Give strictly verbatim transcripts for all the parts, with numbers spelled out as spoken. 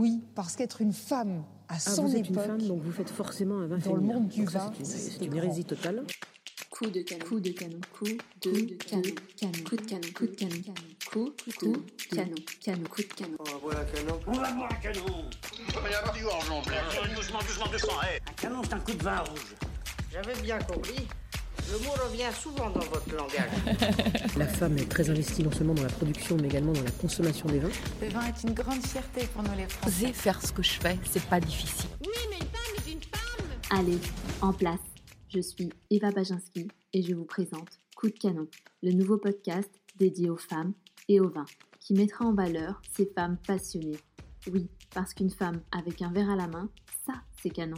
oui, parce qu'être une femme à Ah, son vous êtes époque, une femme, donc vous faites forcément un vin dans le féminin. monde du Donc ça, vin, c'est une, c'est c'était une grand. hérésie totale. Coup de canon, coup de canon, coup de canon, canon, coup de canon, coup de canon, coup, coup, canon, canon, coup de canon. On va boire un canon. On va boire un canon. Il va y avoir du gorgeon, doucement, doucement, doucement. Hey. Un canon, c'est un coup de vin rouge. J'avais bien compris. Le mot revient souvent dans votre langage. La femme est très investie non seulement dans la production, mais également dans la consommation des vins. Le vin est une grande fierté pour nous les Français. Oser faire ce que je fais, c'est pas difficile. Oui, mais une femme est une femme. Allez, en place. Je suis Eva Baginski et je vous présente Coup de canon, le nouveau podcast dédié aux femmes et au vin, qui mettra en valeur ces femmes passionnées. Oui, parce qu'une femme avec un verre à la main, ça, c'est canon.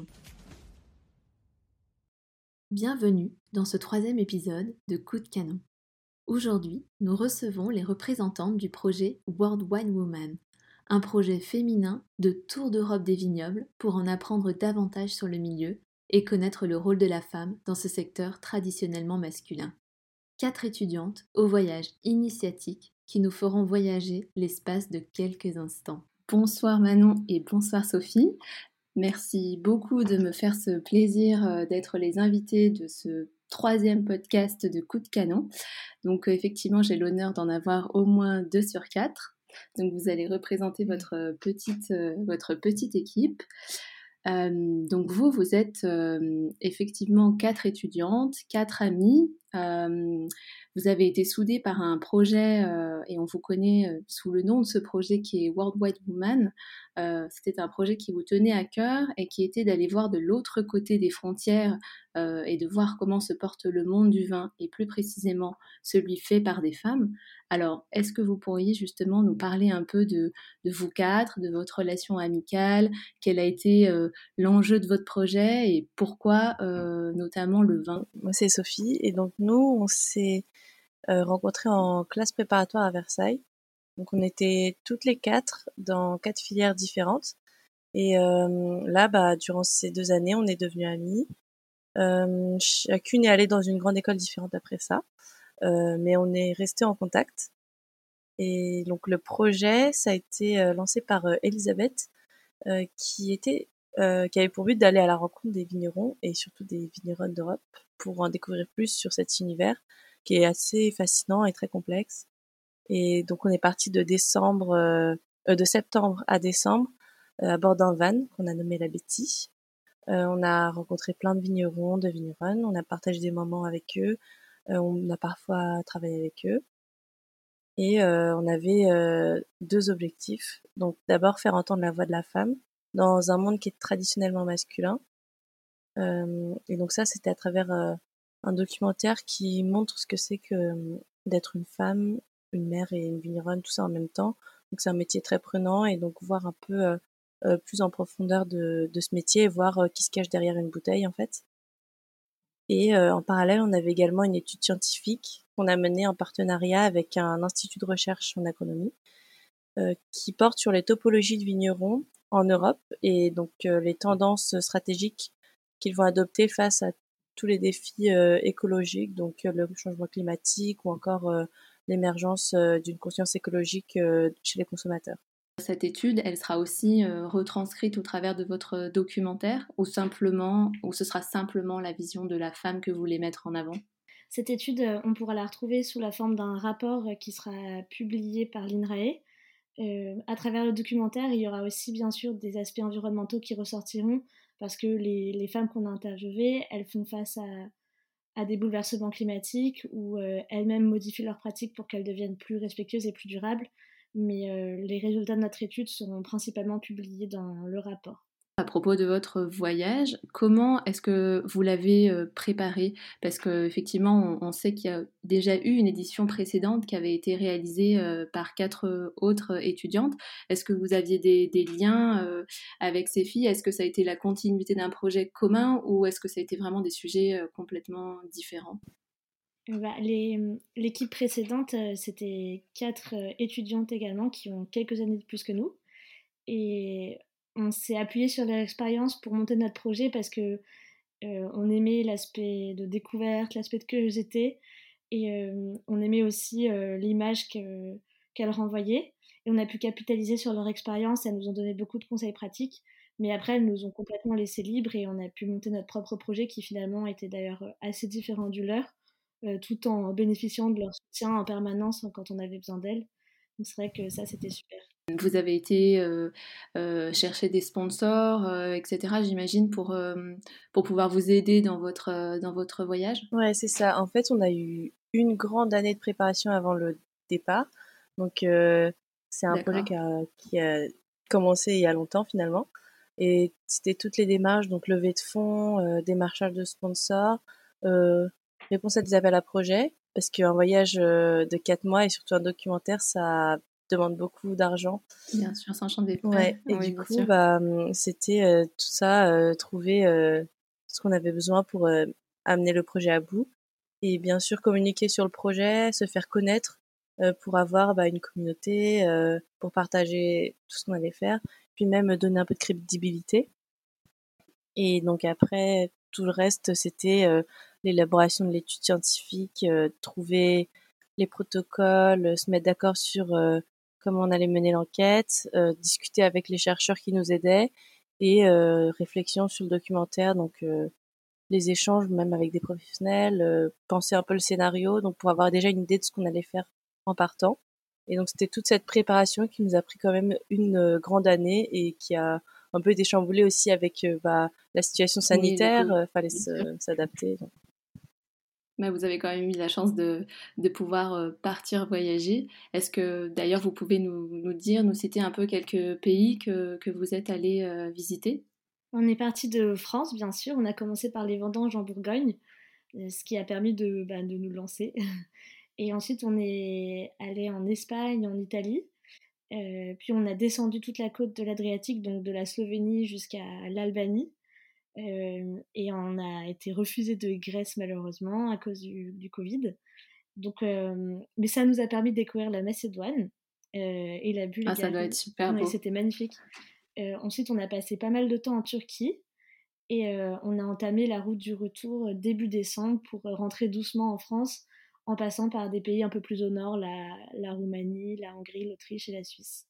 Bienvenue dans ce troisième épisode de Coup de canon. Aujourd'hui, nous recevons les représentantes du projet World Wine Woman, un projet féminin de tour d'Europe des vignobles pour en apprendre davantage sur le milieu et connaître le rôle de la femme dans ce secteur traditionnellement masculin. Quatre étudiantes au voyage initiatique qui nous feront voyager l'espace de quelques instants. Bonsoir Manon et bonsoir Sophie. Merci beaucoup de me faire ce plaisir d'être les invitées de ce troisième podcast de Coup de canon. Donc effectivement, j'ai l'honneur d'en avoir au moins deux sur quatre. Donc vous allez représenter votre petite, votre petite équipe. Euh, donc vous, vous êtes euh, effectivement quatre étudiantes, quatre amies. Euh, vous avez été soudées par un projet euh, et on vous connaît euh, sous le nom de ce projet qui est World Wine Woman. Euh, c'était un projet qui vous tenait à cœur et qui était d'aller voir de l'autre côté des frontières euh, et de voir comment se porte le monde du vin et plus précisément celui fait par des femmes. Alors, est-ce que vous pourriez justement nous parler un peu de, de vous quatre, de votre relation amicale, quel a été euh, l'enjeu de votre projet et pourquoi euh, notamment le vin? Moi, c'est Sophie et donc nous, on s'est euh, rencontrés en classe préparatoire à Versailles. Donc on était toutes les quatre dans quatre filières différentes et euh, là, bah, durant ces deux années, on est devenues amies. Euh, chacune est allée dans une grande école différente après ça. Euh, mais on est resté en contact. Et donc le projet, ça a été euh, lancé par euh, Elisabeth, euh, qui était, euh, qui avait pour but d'aller à la rencontre des vignerons et surtout des vignerons d'Europe pour en découvrir plus sur cet univers qui est assez fascinant et très complexe. Et donc on est parti de décembre, euh, euh, de septembre à décembre euh, à bord d'un van qu'on a nommé la Betty. Euh, on a rencontré plein de vignerons, de vigneronnes, on a partagé des moments avec eux. Euh, on a parfois travaillé avec eux et euh, on avait euh, deux objectifs. Donc d'abord faire entendre la voix de la femme dans un monde qui est traditionnellement masculin. Euh, et donc ça, c'était à travers euh, un documentaire qui montre ce que c'est que euh, d'être une femme, une mère et une vigneronne, tout ça en même temps. Donc c'est un métier très prenant et donc voir un peu euh, euh, plus en profondeur de, de ce métier et voir euh, qui se cache derrière une bouteille en fait. Et euh, en parallèle, on avait également une étude scientifique qu'on a menée en partenariat avec un institut de recherche en agronomie euh, qui porte sur les topologies de vignerons en Europe et donc euh, les tendances stratégiques qu'ils vont adopter face à tous les défis euh, écologiques, donc euh, le changement climatique ou encore euh, l'émergence euh, d'une conscience écologique euh, chez les consommateurs. Cette étude, elle sera aussi euh, retranscrite au travers de votre documentaire ou simplement, ou ce sera simplement la vision de la femme que vous voulez mettre en avant? Cette étude, on pourra la retrouver sous la forme d'un rapport qui sera publié par l'INRAE. Euh, à travers le documentaire, il y aura aussi bien sûr des aspects environnementaux qui ressortiront parce que les, les femmes qu'on a interviewées, elles font face à, à des bouleversements climatiques ou euh, elles-mêmes modifient leurs pratiques pour qu'elles deviennent plus respectueuses et plus durables. Mais euh, les résultats de notre étude seront principalement publiés dans le rapport. À propos de votre voyage, comment est-ce que vous l'avez euh, préparé? Parce qu'effectivement, on, on sait qu'il y a déjà eu une édition précédente qui avait été réalisée euh, par quatre autres étudiantes. Est-ce que vous aviez des, des liens euh, avec ces filles? Est-ce que ça a été la continuité d'un projet commun ou est-ce que ça a été vraiment des sujets euh, complètement différents? Bah, les, l'équipe précédente, euh, c'était quatre euh, étudiantes également qui ont quelques années de plus que nous. Et on s'est appuyé sur leur expérience pour monter notre projet parce que euh, on aimait l'aspect de découverte, l'aspect de curiosité et euh, on aimait aussi euh, l'image que, qu'elles renvoyaient. et on a pu capitaliser sur leur expérience. Elles nous ont donné beaucoup de conseils pratiques, mais après, elles nous ont complètement laissé libres et on a pu monter notre propre projet qui finalement était d'ailleurs assez différent du leur, euh, tout en bénéficiant de leur soutien en permanence quand on avait besoin d'elles. Donc c'est vrai que ça, c'était super. Vous avez été euh, euh, chercher des sponsors, euh, et cetera, j'imagine, pour, euh, pour pouvoir vous aider dans votre, euh, dans votre voyage? Ouais, c'est ça. En fait, on a eu une grande année de préparation avant le départ. Donc, euh, c'est un D'accord. projet qui a, qui a commencé il y a longtemps, finalement. Et c'était toutes les démarches, donc levée de fonds, euh, démarchage de sponsors, euh, réponse à des appels à projets, parce qu'un voyage euh, de quatre mois et surtout un documentaire, ça demande beaucoup d'argent. Bien sûr, sans champ des frais. Ouais, et oui, du bien coup, sûr. bah, c'était euh, tout ça, euh, trouver euh, ce qu'on avait besoin pour euh, amener le projet à bout. Et bien sûr, communiquer sur le projet, se faire connaître euh, pour avoir bah, une communauté, euh, pour partager tout ce qu'on allait faire, puis même donner un peu de crédibilité. Et donc après, tout le reste, c'était euh, l'élaboration de l'étude scientifique, euh, trouver les protocoles, se mettre d'accord sur euh, comment on allait mener l'enquête, euh, discuter avec les chercheurs qui nous aidaient et euh, réflexion sur le documentaire, donc euh, les échanges même avec des professionnels, euh, penser un peu le scénario, donc pour avoir déjà une idée de ce qu'on allait faire en partant. Et donc c'était toute cette préparation qui nous a pris quand même une euh, grande année et qui a un peu été chamboulée aussi avec euh, bah, la situation sanitaire, il oui, euh, fallait se, s'adapter. Donc. Bah, vous avez quand même eu la chance de, de pouvoir euh, partir voyager. Est-ce que d'ailleurs vous pouvez nous, nous dire, nous citer un peu quelques pays que, que vous êtes allé euh, visiter? On est parti de France, bien sûr. On a commencé par les vendanges en Bourgogne, ce qui a permis de, bah, de nous lancer. Et ensuite, on est allé en Espagne, en Italie. Euh, puis on a descendu toute la côte de l'Adriatique, donc de la Slovénie jusqu'à l'Albanie. Euh, et on a été refusé de Grèce malheureusement à cause du, du Covid. Donc, euh, mais ça nous a permis de découvrir la Macédoine euh, et la Bulgarie. Ah, ça doit être super beau. Ouais, c'était magnifique. Euh, ensuite, on a passé pas mal de temps en Turquie et euh, on a entamé la route du retour début décembre pour rentrer doucement en France en passant par des pays un peu plus au nord, la, la Roumanie, la Hongrie, l'Autriche et la Suisse.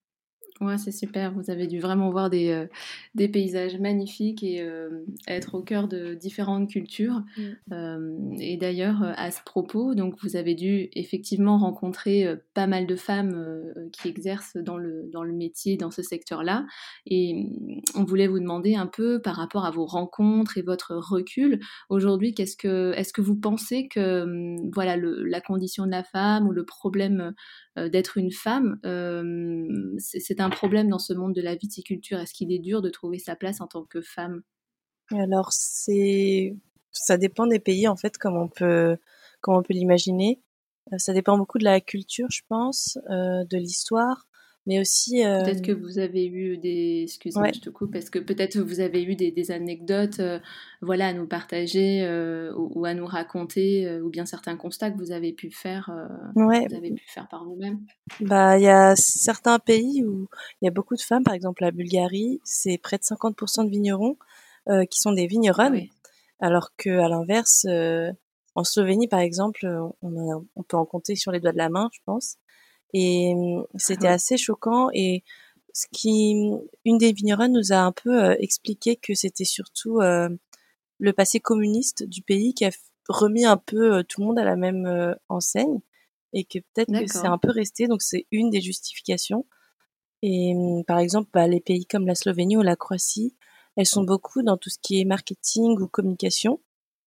Ouais, c'est super. Vous avez dû vraiment voir des, euh, des paysages magnifiques et euh, être au cœur de différentes cultures. Mm. Euh, et d'ailleurs, euh, à ce propos, donc vous avez dû effectivement rencontrer euh, pas mal de femmes euh, qui exercent dans le, dans le métier, dans ce secteur-là. Et mm, on voulait vous demander un peu par rapport à vos rencontres et votre recul. Aujourd'hui, qu'est-ce que, est-ce que vous pensez que mm, voilà, le, la condition de la femme ou le problème euh, d'être une femme, euh, c'est, c'est un un problème dans ce monde de la viticulture? Est-ce qu'il est dur de trouver sa place en tant que femme? Alors, c'est... ça dépend des pays, en fait, comme on peut, comme on peut l'imaginer. Euh, ça dépend beaucoup de la culture, je pense, euh, de l'histoire, mais aussi... Euh... Peut-être que vous avez eu des... Excuse-moi, ouais. Je te coupe. Est-ce que peut-être vous avez eu des, des anecdotes euh, voilà, à nous partager euh, ou, ou à nous raconter, euh, ou bien certains constats que vous avez pu faire, euh, ouais. vous avez pu faire par vous-même? Bah, il y a certains pays où il y a beaucoup de femmes, par exemple la Bulgarie, c'est près de cinquante pour cent de vignerons euh, qui sont des vigneronnes, oui. Alors qu'à l'inverse, euh, en Slovénie, par exemple, on, a, on peut en compter sur les doigts de la main, je pense. Et c'était ah, oui. assez choquant. Et ce qui, une des vigneronnes nous a un peu euh, expliqué que c'était surtout euh, le passé communiste du pays qui a remis un peu euh, tout le monde à la même euh, enseigne. Et que peut-être D'accord. que c'est un peu resté, donc c'est une des justifications. Et par exemple, bah, les pays comme la Slovénie ou la Croatie, elles sont beaucoup dans tout ce qui est marketing ou communication.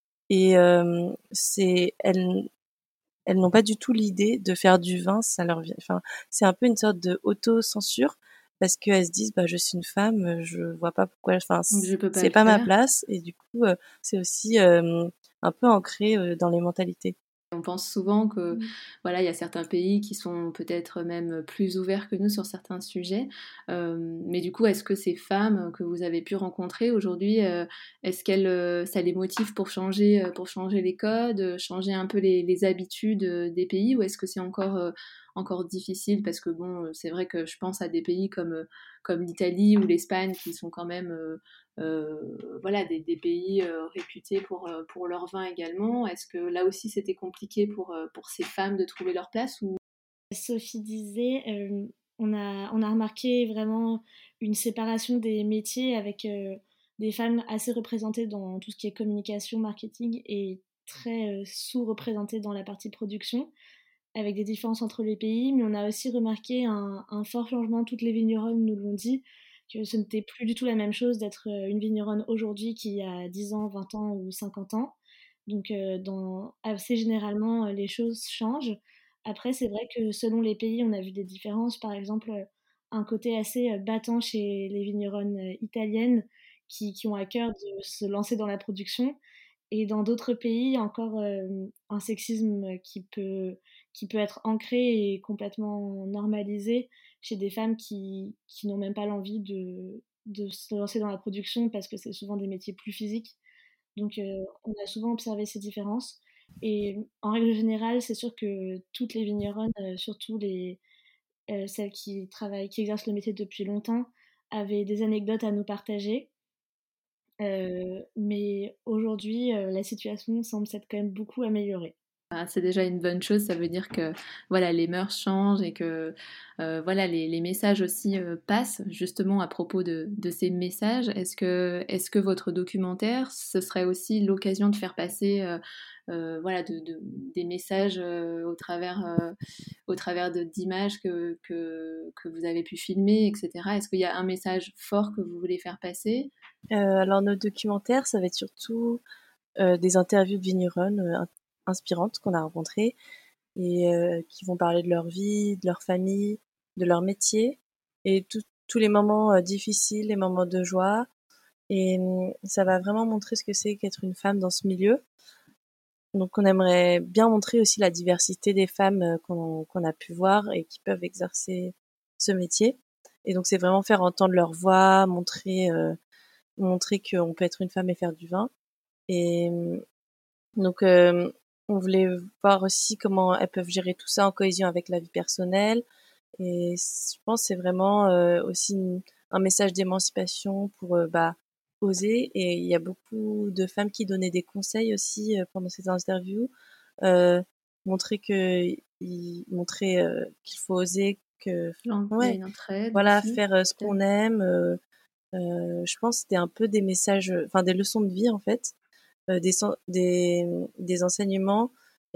Et euh, c'est, elles, elles n'ont pas du tout l'idée de faire du vin, ça leur vient. Enfin, c'est un peu une sorte de auto-censure parce qu'elles se disent, bah, je suis une femme, je vois pas pourquoi. Enfin, je peux pas c'est pas faire. ma place. Et du coup, euh, c'est aussi euh, un peu ancré euh, dans les mentalités. On pense souvent que mmh. voilà, il y a certains pays qui sont peut-être même plus ouverts que nous sur certains sujets. Euh, mais du coup, est-ce que ces femmes que vous avez pu rencontrer aujourd'hui, euh, est-ce qu'elles, ça les motive pour changer, pour changer les codes, changer un peu les, les habitudes des pays, ou est-ce que c'est encore, euh, encore difficile? Parce que bon, c'est vrai que je pense à des pays comme, comme l'Italie ou l'Espagne qui sont quand même... Euh, Euh, voilà, des, des pays euh, réputés pour, euh, pour leur vin également. Est-ce que là aussi c'était compliqué pour, euh, pour ces femmes de trouver leur place ou... Sophie disait, euh, on a, on a remarqué vraiment une séparation des métiers avec euh, des femmes assez représentées dans tout ce qui est communication, marketing et très euh, sous-représentées dans la partie production, avec des différences entre les pays. Mais on a aussi remarqué un, un fort changement, toutes les vigneronnes nous l'ont dit, que ce n'était plus du tout la même chose d'être une vigneronne aujourd'hui qu'il y a dix ans, vingt ans ou cinquante ans. Donc euh, dans, assez généralement, les choses changent. Après, c'est vrai que selon les pays, on a vu des différences. Par exemple, un côté assez battant chez les vigneronnes italiennes qui, qui ont à cœur de se lancer dans la production. Et dans d'autres pays, encore euh, un sexisme qui peut, qui peut être ancré et complètement normalisé chez des femmes qui, qui n'ont même pas l'envie de, de se lancer dans la production parce que c'est souvent des métiers plus physiques. Donc euh, on a souvent observé ces différences. Et en règle générale, c'est sûr que toutes les vigneronnes, euh, surtout les, euh, celles qui travaillent, qui exercent le métier depuis longtemps, avaient des anecdotes à nous partager. Euh, mais aujourd'hui, euh, la situation semble s'être quand même beaucoup améliorée. C'est déjà une bonne chose, ça veut dire que voilà, les mœurs changent et que euh, voilà, les, les messages aussi euh, passent justement à propos de, de ces messages. Est-ce que, est-ce que votre documentaire, ce serait aussi l'occasion de faire passer euh, euh, voilà, de, de, des messages euh, au travers, euh, au travers de, d'images que, que, que vous avez pu filmer, et cetera. Est-ce qu'il y a un message fort que vous voulez faire passer ? euh, Alors notre documentaire, ça va être surtout euh, des interviews de vigneronnes euh, inspirantes qu'on a rencontrées et euh, qui vont parler de leur vie, de leur famille, de leur métier et tout, tous les moments euh, difficiles, les moments de joie. Et euh, ça va vraiment montrer ce que c'est qu'être une femme dans ce milieu. Donc on aimerait bien montrer aussi la diversité des femmes euh, qu'on, qu'on a pu voir et qui peuvent exercer ce métier. Et donc c'est vraiment faire entendre leur voix, montrer, euh, montrer qu'on peut être une femme et faire du vin. Et donc euh, on voulait voir aussi comment elles peuvent gérer tout ça en cohésion avec la vie personnelle. Et je pense que c'est vraiment euh, aussi une, un message d'émancipation pour euh, bah, oser. Et il y a beaucoup de femmes qui donnaient des conseils aussi euh, pendant ces interviews. Euh, montrer que, y, montrer euh, qu'il faut oser, que ouais, une entraide voilà, aussi, faire euh, ce qu'on aime. Euh, euh, je pense que c'était un peu des messages, enfin des leçons de vie en fait. Euh, des, des, des enseignements.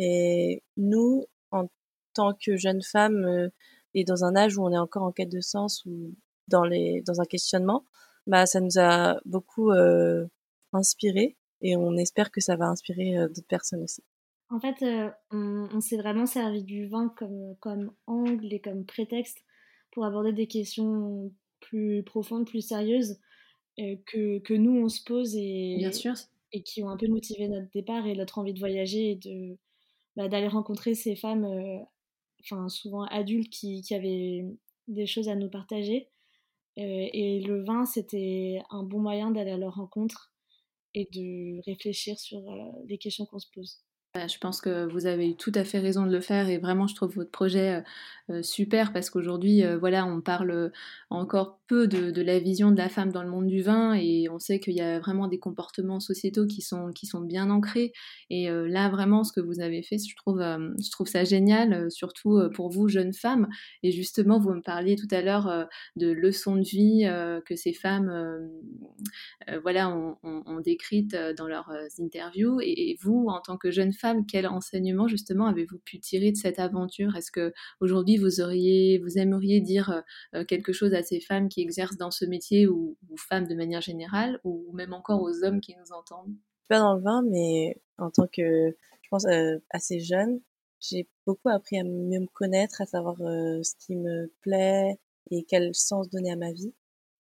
Et nous, en tant que jeunes femmes, euh, et dans un âge où on est encore en quête de sens ou dans, les, dans un questionnement, bah, ça nous a beaucoup euh, inspiré et on espère que ça va inspirer euh, d'autres personnes aussi. En fait, euh, on, on s'est vraiment servi du vin comme, comme angle et comme prétexte pour aborder des questions plus profondes, plus sérieuses euh, que, que nous, on se pose et, Bien sûr. et qui ont un peu motivé notre départ et notre envie de voyager et de, bah, d'aller rencontrer ces femmes, euh, enfin, souvent adultes, qui, qui avaient des choses à nous partager. Euh, et le vin, c'était un bon moyen d'aller à leur rencontre et de réfléchir sur euh, les questions qu'on se pose. Je pense que vous avez eu tout à fait raison de le faire et vraiment je trouve votre projet euh, super parce qu'aujourd'hui euh, voilà on parle encore peu de, de la vision de la femme dans le monde du vin et on sait qu'il y a vraiment des comportements sociétaux qui sont, qui sont bien ancrés et euh, là vraiment ce que vous avez fait je trouve, euh, je trouve ça génial euh, surtout euh, pour vous jeunes femmes et justement vous me parliez tout à l'heure euh, de leçons de vie euh, que ces femmes euh, euh, voilà ont, ont, ont décrites dans leurs interviews et, et vous en tant que jeune femme quel enseignement justement avez-vous pu tirer de cette aventure ? Est-ce que aujourd'hui vous auriez, vous aimeriez dire euh, quelque chose à ces femmes qui exercent dans ce métier ou, ou femmes de manière générale ou même encore aux hommes qui nous entendent ? Pas dans le vin, mais en tant que, je pense, euh, assez jeune, j'ai beaucoup appris à mieux me connaître, à savoir euh, ce qui me plaît et quel sens donner à ma vie.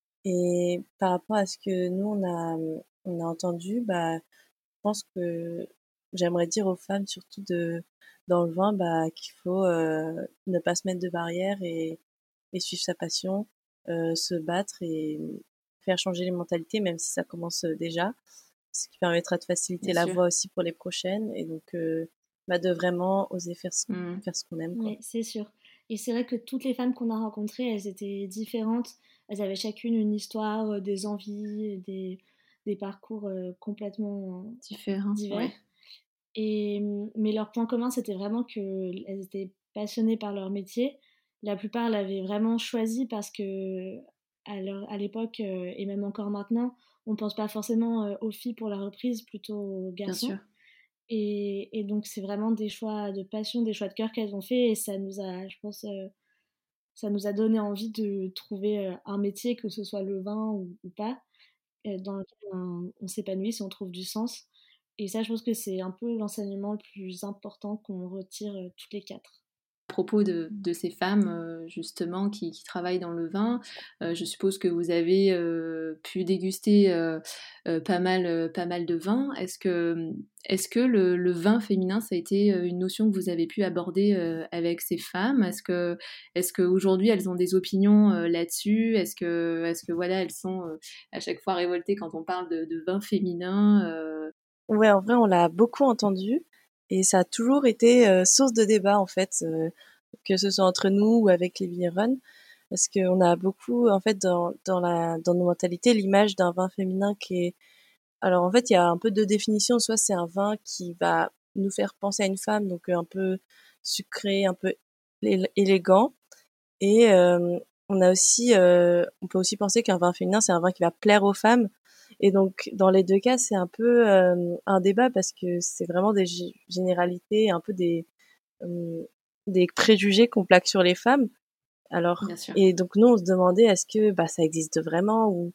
Et par rapport à ce que nous on a, on a entendu, bah, je pense que j'aimerais dire aux femmes, surtout de, dans le vin, bah, qu'il faut euh, ne pas se mettre de barrières et, et suivre sa passion, euh, se battre et faire changer les mentalités, même si ça commence déjà, ce qui permettra de faciliter Bien la sûr. voie aussi pour les prochaines et donc euh, bah, de vraiment oser faire ce, mmh. faire ce qu'on aime. Quoi. Oui, c'est sûr. Et c'est vrai que toutes les femmes qu'on a rencontrées, elles étaient différentes. Elles avaient chacune une histoire, des envies, des, des parcours complètement différents. divers. Ouais. Et, mais leur point commun, c'était vraiment qu'elles étaient passionnées par leur métier, la plupart l'avaient vraiment choisi parce que à, leur, à l'époque euh, et même encore maintenant, on pense pas forcément euh, aux filles pour la reprise, plutôt aux garçons. Bien sûr. Et, et donc c'est vraiment des choix de passion, des choix de cœur qu'elles ont fait, et ça nous a, je pense, euh, ça nous a donné envie de trouver euh, un métier, que ce soit le vin ou, ou pas, euh, dans lequel on, on s'épanouit, si on trouve du sens. Et ça, je pense que c'est un peu l'enseignement le plus important qu'on retire euh, toutes les quatre. À propos de, de ces femmes euh, justement qui, qui travaillent dans le vin, euh, je suppose que vous avez euh, pu déguster euh, euh, pas mal, euh, pas mal de vins. Est-ce que, est-ce que le, le vin féminin, ça a été une notion que vous avez pu aborder euh, avec ces femmes? Est-ce que, est-ce qu'aujourd'hui elles ont des opinions euh, là-dessus? Est-ce que, est-ce que voilà, elles sont euh, à chaque fois révoltées quand on parle de, de vin féminin euh... Ouais, en vrai, on l'a beaucoup entendu. Et ça a toujours été euh, source de débat, en fait, euh, que ce soit entre nous ou avec les vignerons, parce qu'on a beaucoup, en fait, dans, dans, la, dans nos mentalités, l'image d'un vin féminin qui est... Alors, en fait, il y a un peu deux définitions. Soit c'est un vin qui va nous faire penser à une femme, donc un peu sucré, un peu élégant. Et euh, on a aussi, euh, on peut aussi penser qu'un vin féminin, c'est un vin qui va plaire aux femmes. Et donc, dans les deux cas, c'est un peu euh, un débat parce que c'est vraiment des g- généralités, un peu des, euh, des préjugés qu'on plaque sur les femmes. Alors, Bien sûr. et donc, nous, on se demandait est-ce que bah, ça existe vraiment ou,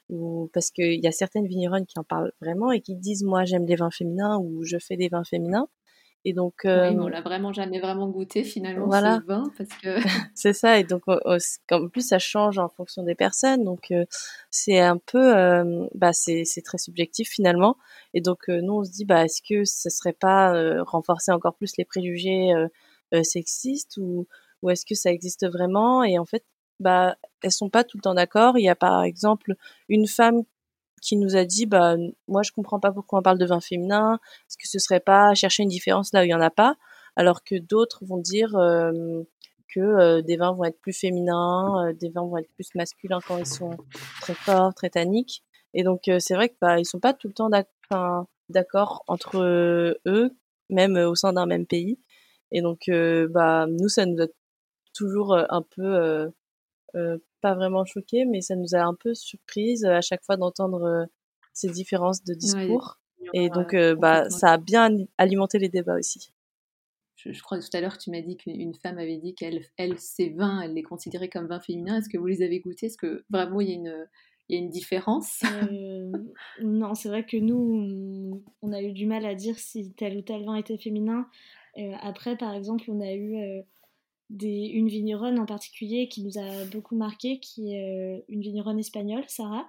ou parce qu'il y a certaines vigneronnes qui en parlent vraiment et qui disent moi, j'aime les vins féminins ou je fais des vins féminins. Et donc, Oui, mais on euh, l'a vraiment jamais vraiment goûté finalement ce voilà. vin parce que C'est ça, et donc au- au- en plus ça change en fonction des personnes, donc euh, c'est un peu, euh, bah c'est c'est très subjectif finalement, et donc euh, nous on se dit bah est-ce que ce serait pas euh, renforcer encore plus les préjugés euh, euh, sexistes ou ou est-ce que ça existe vraiment? Et en fait bah elles sont pas tout le temps d'accord. Il y a par exemple une femme qui nous a dit bah moi je comprends pas pourquoi on parle de vin féminin, est-ce que ce serait pas chercher une différence là où il y en a pas, alors que d'autres vont dire euh, que euh, des vins vont être plus féminins, euh, des vins vont être plus masculins quand ils sont très forts, très tanniques. Et donc euh, c'est vrai que bah ils sont pas tout le temps d'ac- enfin, d'accord entre euh, eux, même euh, au sein d'un même pays. Et donc euh, bah nous ça nous a toujours euh, un peu euh, euh, pas vraiment choqués, mais ça nous a un peu surprise euh, à chaque fois d'entendre euh, ces différences de ouais, discours. Et donc euh, euh, bah complètement. ça a bien alimenté les débats aussi. Je, je crois que tout à l'heure tu m'as dit qu'une femme avait dit qu'elle, elle, ses vins, elle les considérait comme vins féminins. Est-ce que vous les avez goûtés? Est-ce que vraiment il y a une, il y a une différence? Euh, non, c'est vrai que nous, on, on a eu du mal à dire si tel ou tel vin était féminin. Euh, après, par exemple, on a eu euh, des, une vigneronne en particulier qui nous a beaucoup marqué, qui est euh, une vigneronne espagnole, Sarah,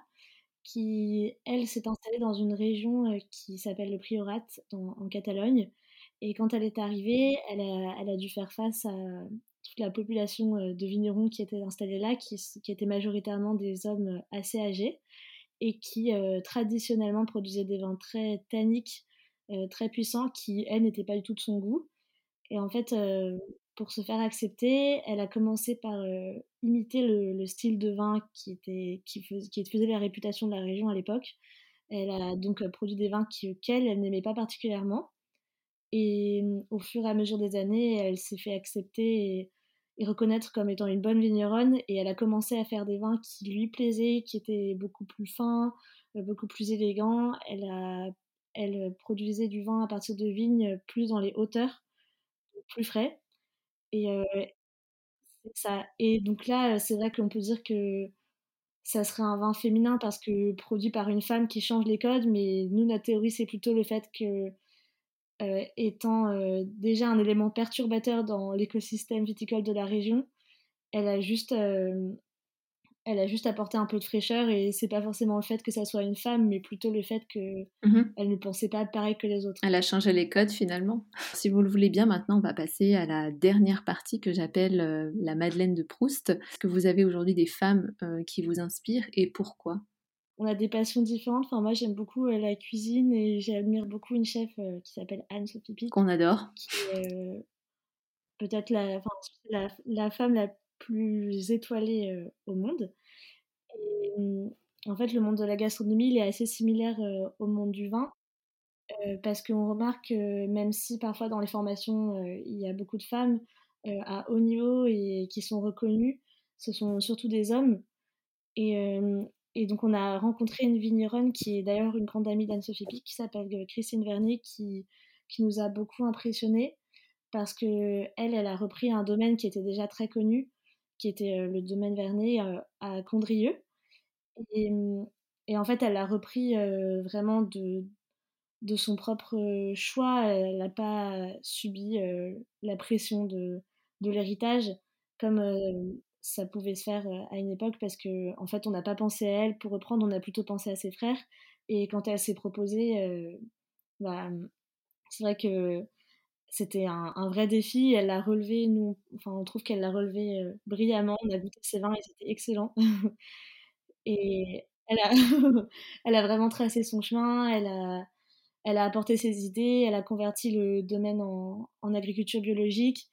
qui, elle, s'est installée dans une région euh, qui s'appelle le Priorat, dans- en Catalogne. Et quand elle est arrivée, elle a, elle a dû faire face à toute la population euh, de vignerons qui étaient installés là, qui, qui étaient majoritairement des hommes euh, assez âgés et qui euh, traditionnellement produisaient des vins très tanniques, euh, très puissants, qui, elle, n'étaient pas du tout de son goût. Et en fait, euh, pour se faire accepter, elle a commencé par euh, imiter le, le style de vin qui, était, qui, fais, qui faisait la réputation de la région à l'époque. Elle a donc euh, produit des vins qu'elle, elle n'aimait pas particulièrement. Et euh, au fur et à mesure des années, elle s'est fait accepter et, et reconnaître comme étant une bonne vigneronne. Et elle a commencé à faire des vins qui lui plaisaient, qui étaient beaucoup plus fins, euh, beaucoup plus élégants. Elle, a, elle produisait du vin à partir de vignes plus dans les hauteurs, plus frais. Et, euh, c'est ça. Et donc là, c'est vrai qu'on peut dire que ça serait un vin féminin parce que produit par une femme qui change les codes, mais nous, notre théorie, c'est plutôt le fait que, euh, étant euh, déjà un élément perturbateur dans l'écosystème viticole de la région, elle a juste, euh, elle a juste apporté un peu de fraîcheur, et c'est pas forcément le fait que ça soit une femme, mais plutôt le fait que Mhm. elle ne pensait pas pareil que les autres. Elle a changé les codes finalement. Si vous le voulez bien, maintenant on va passer à la dernière partie que j'appelle euh, la Madeleine de Proust. Est-ce que vous avez aujourd'hui des femmes euh, qui vous inspirent et pourquoi? On a des passions différentes. Enfin, moi, j'aime beaucoup euh, la cuisine et j'admire beaucoup une chef euh, qui s'appelle Anne-Sophie Pic, Qu'on adore. qui est euh, peut-être la, enfin, la, la femme la plus étoilée euh, au monde. Et, euh, en fait, le monde de la gastronomie, il est assez similaire euh, au monde du vin, euh, parce qu'on remarque que même si parfois dans les formations, euh, il y a beaucoup de femmes, euh, à haut niveau et qui sont reconnus, ce sont surtout des hommes. Et, euh, et donc on a rencontré une vigneronne qui est d'ailleurs une grande amie d'Anne-Sophie Pic, qui s'appelle Christine Vernier, qui, qui nous a beaucoup impressionnés parce que elle, elle a repris un domaine qui était déjà très connu, qui était euh, le domaine Vernier euh, à Condrieu. Et, et en fait, elle a repris euh, vraiment de, de son propre choix. Elle n'a pas subi euh, la pression de, de l'héritage comme euh, ça pouvait se faire à une époque, parce qu'en en fait, on n'a pas pensé à elle pour reprendre, on a plutôt pensé à ses frères. Et quand elle s'est proposée, euh, bah, c'est vrai que c'était un, un vrai défi. Elle l'a relevé, nous, enfin, on trouve qu'elle l'a relevé euh, brillamment. On a goûté ses vins, ils étaient excellents. Et elle a, elle a vraiment tracé son chemin, elle a, elle a apporté ses idées, elle a converti le domaine en, en agriculture biologique.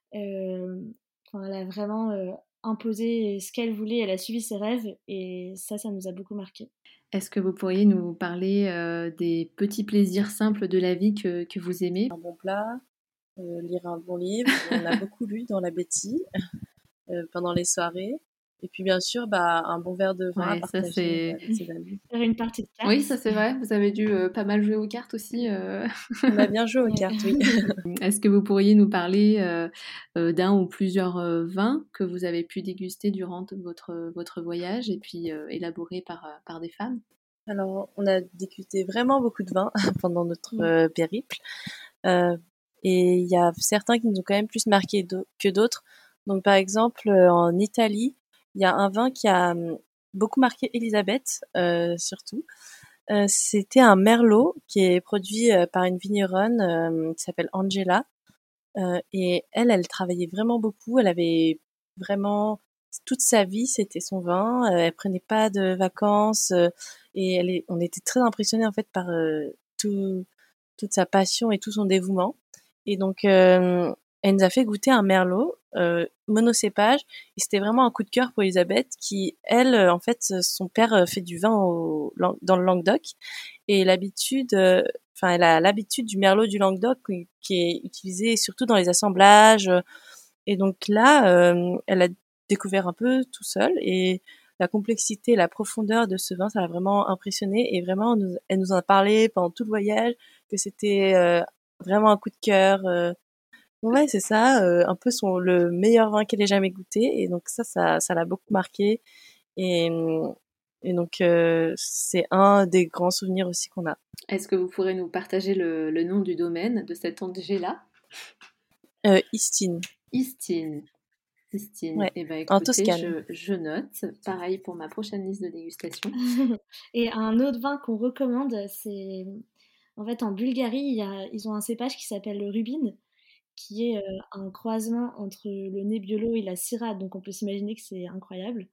Euh, enfin, elle a vraiment euh, imposé ce qu'elle voulait, elle a suivi ses rêves, et ça, ça nous a beaucoup marqué. Est-ce que vous pourriez nous parler euh, des petits plaisirs simples de la vie que, que vous aimez? Un bon plat, euh, lire un bon livre, on a beaucoup lu dans la Betty euh, pendant les soirées. Et puis bien sûr, bah, un bon verre de vin Ouais, à partager ça, c'est... avec ses amis. Faire une partie de cartes. Oui, ça c'est vrai, vous avez dû euh, pas mal jouer aux cartes aussi. Euh... On a bien joué aux ouais. cartes, oui. Est-ce que vous pourriez nous parler euh, euh, d'un ou plusieurs euh, vins que vous avez pu déguster durant votre, votre voyage et puis euh, élaborés par, par des femmes? Alors, on a dégusté vraiment beaucoup de vins pendant notre euh, périple. Euh, et il y a certains qui nous ont quand même plus marqué do- que d'autres. Donc, par exemple, en Italie, il y a un vin qui a beaucoup marqué Elisabeth, euh, surtout. Euh, c'était un merlot qui est produit euh, par une vigneronne euh, qui s'appelle Angela. Euh, et elle, elle travaillait vraiment beaucoup. Elle avait vraiment toute sa vie, c'était son vin. Euh, elle prenait pas de vacances euh, et elle est, on était très impressionnés en fait par euh, tout, toute sa passion et tout son dévouement. Et donc, euh, elle nous a fait goûter un merlot euh, monocépage. Et c'était vraiment un coup de cœur pour Elisabeth, qui, elle, en fait, son père fait du vin au, dans le Languedoc. Et l'habitude, enfin, euh, elle a l'habitude du merlot du Languedoc qui est utilisé surtout dans les assemblages. Et donc là, euh, elle a découvert un peu tout seul. Et la complexité, la profondeur de ce vin, ça l'a vraiment impressionnée. Et vraiment, nous, elle nous en a parlé pendant tout le voyage, que c'était euh, vraiment un coup de cœur. Euh, Ouais, c'est ça, euh, un peu son le meilleur vin qu'elle ait jamais goûté, et donc ça, ça, ça l'a beaucoup marqué, et, et donc euh, c'est un des grands souvenirs aussi qu'on a. Est-ce que vous pourrez nous partager le, le nom du domaine de cet Angela? euh, Istine. Istine. Istine. Ouais, eh ben, écoutez, en Toscane. Je, je note. Pareil pour ma prochaine liste de dégustation. Et un autre vin qu'on recommande, c'est en fait en Bulgarie, il y a, ils ont un cépage qui s'appelle le Rubin, qui est euh, un croisement entre le Nebbiolo et la Syrah, donc on peut s'imaginer que c'est incroyable.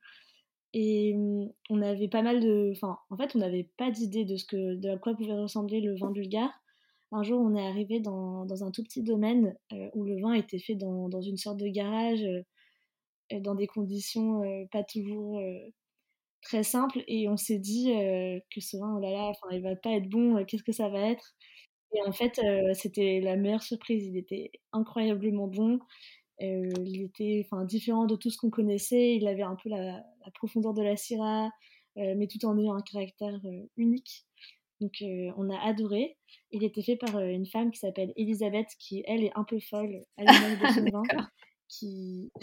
Et hum, on avait pas mal de... Enfin, en fait, on n'avait pas d'idée de, ce que, de à quoi pouvait ressembler le vin bulgare. Un jour, on est arrivé dans, dans un tout petit domaine euh, où le vin était fait dans, dans une sorte de garage, euh, dans des conditions euh, pas toujours euh, très simples, et on s'est dit euh, que ce vin, oh là là, il va pas être bon, euh, qu'est-ce que ça va être? Et en fait, euh, c'était la meilleure surprise. Il était incroyablement bon. Euh, il était différent de tout ce qu'on connaissait. Il avait un peu la, la profondeur de la Syrah, euh, mais tout en ayant un caractère euh, unique. Donc, euh, on a adoré. Il était fait par euh, une femme qui s'appelle Elisabeth, qui, elle, est un peu folle à l'image de son vin. Qui...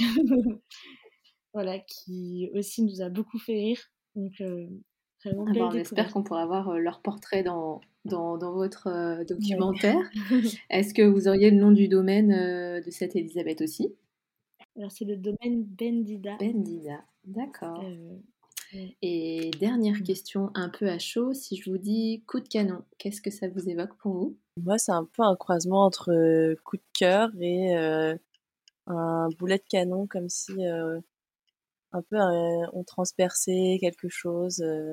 voilà, qui aussi nous a beaucoup fait rire. Donc, euh, vraiment belle Alors, on découverte. espère qu'on pourra voir euh, leur portrait dans, dans, dans votre euh, documentaire. Ouais. Est-ce que vous auriez le nom du domaine euh, de cette Elisabeth aussi? Alors, c'est le domaine Bendida. Bendida, d'accord. Euh, ouais. Et dernière question un peu à chaud, si je vous dis coup de canon, qu'est-ce que ça vous évoque pour vous? Moi, c'est un peu un croisement entre euh, coup de cœur et euh, un boulet de canon, comme si euh, un peu euh, on transperçait quelque chose, euh,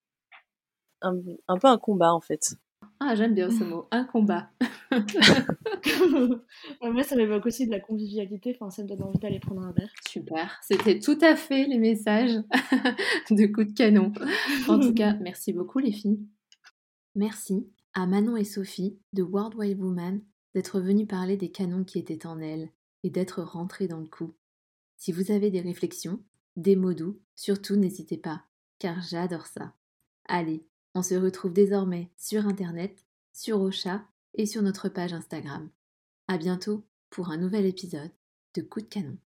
un, un peu un combat en fait. Ah, j'aime bien ce mot, un combat. Moi, ça m'évoque aussi de la convivialité, enfin, ça me donne envie d'aller prendre un verre. Super, c'était tout à fait les messages de coup de canon. En tout cas, merci beaucoup les filles. Merci à Manon et Sophie de World Wine Woman d'être venues parler des canons qui étaient en elles et d'être rentré dans le coup. Si vous avez des réflexions, des mots doux, surtout n'hésitez pas, car j'adore ça. Allez, on se retrouve désormais sur Internet, sur Ocha et sur notre page Instagram. À bientôt pour un nouvel épisode de Coup de canon.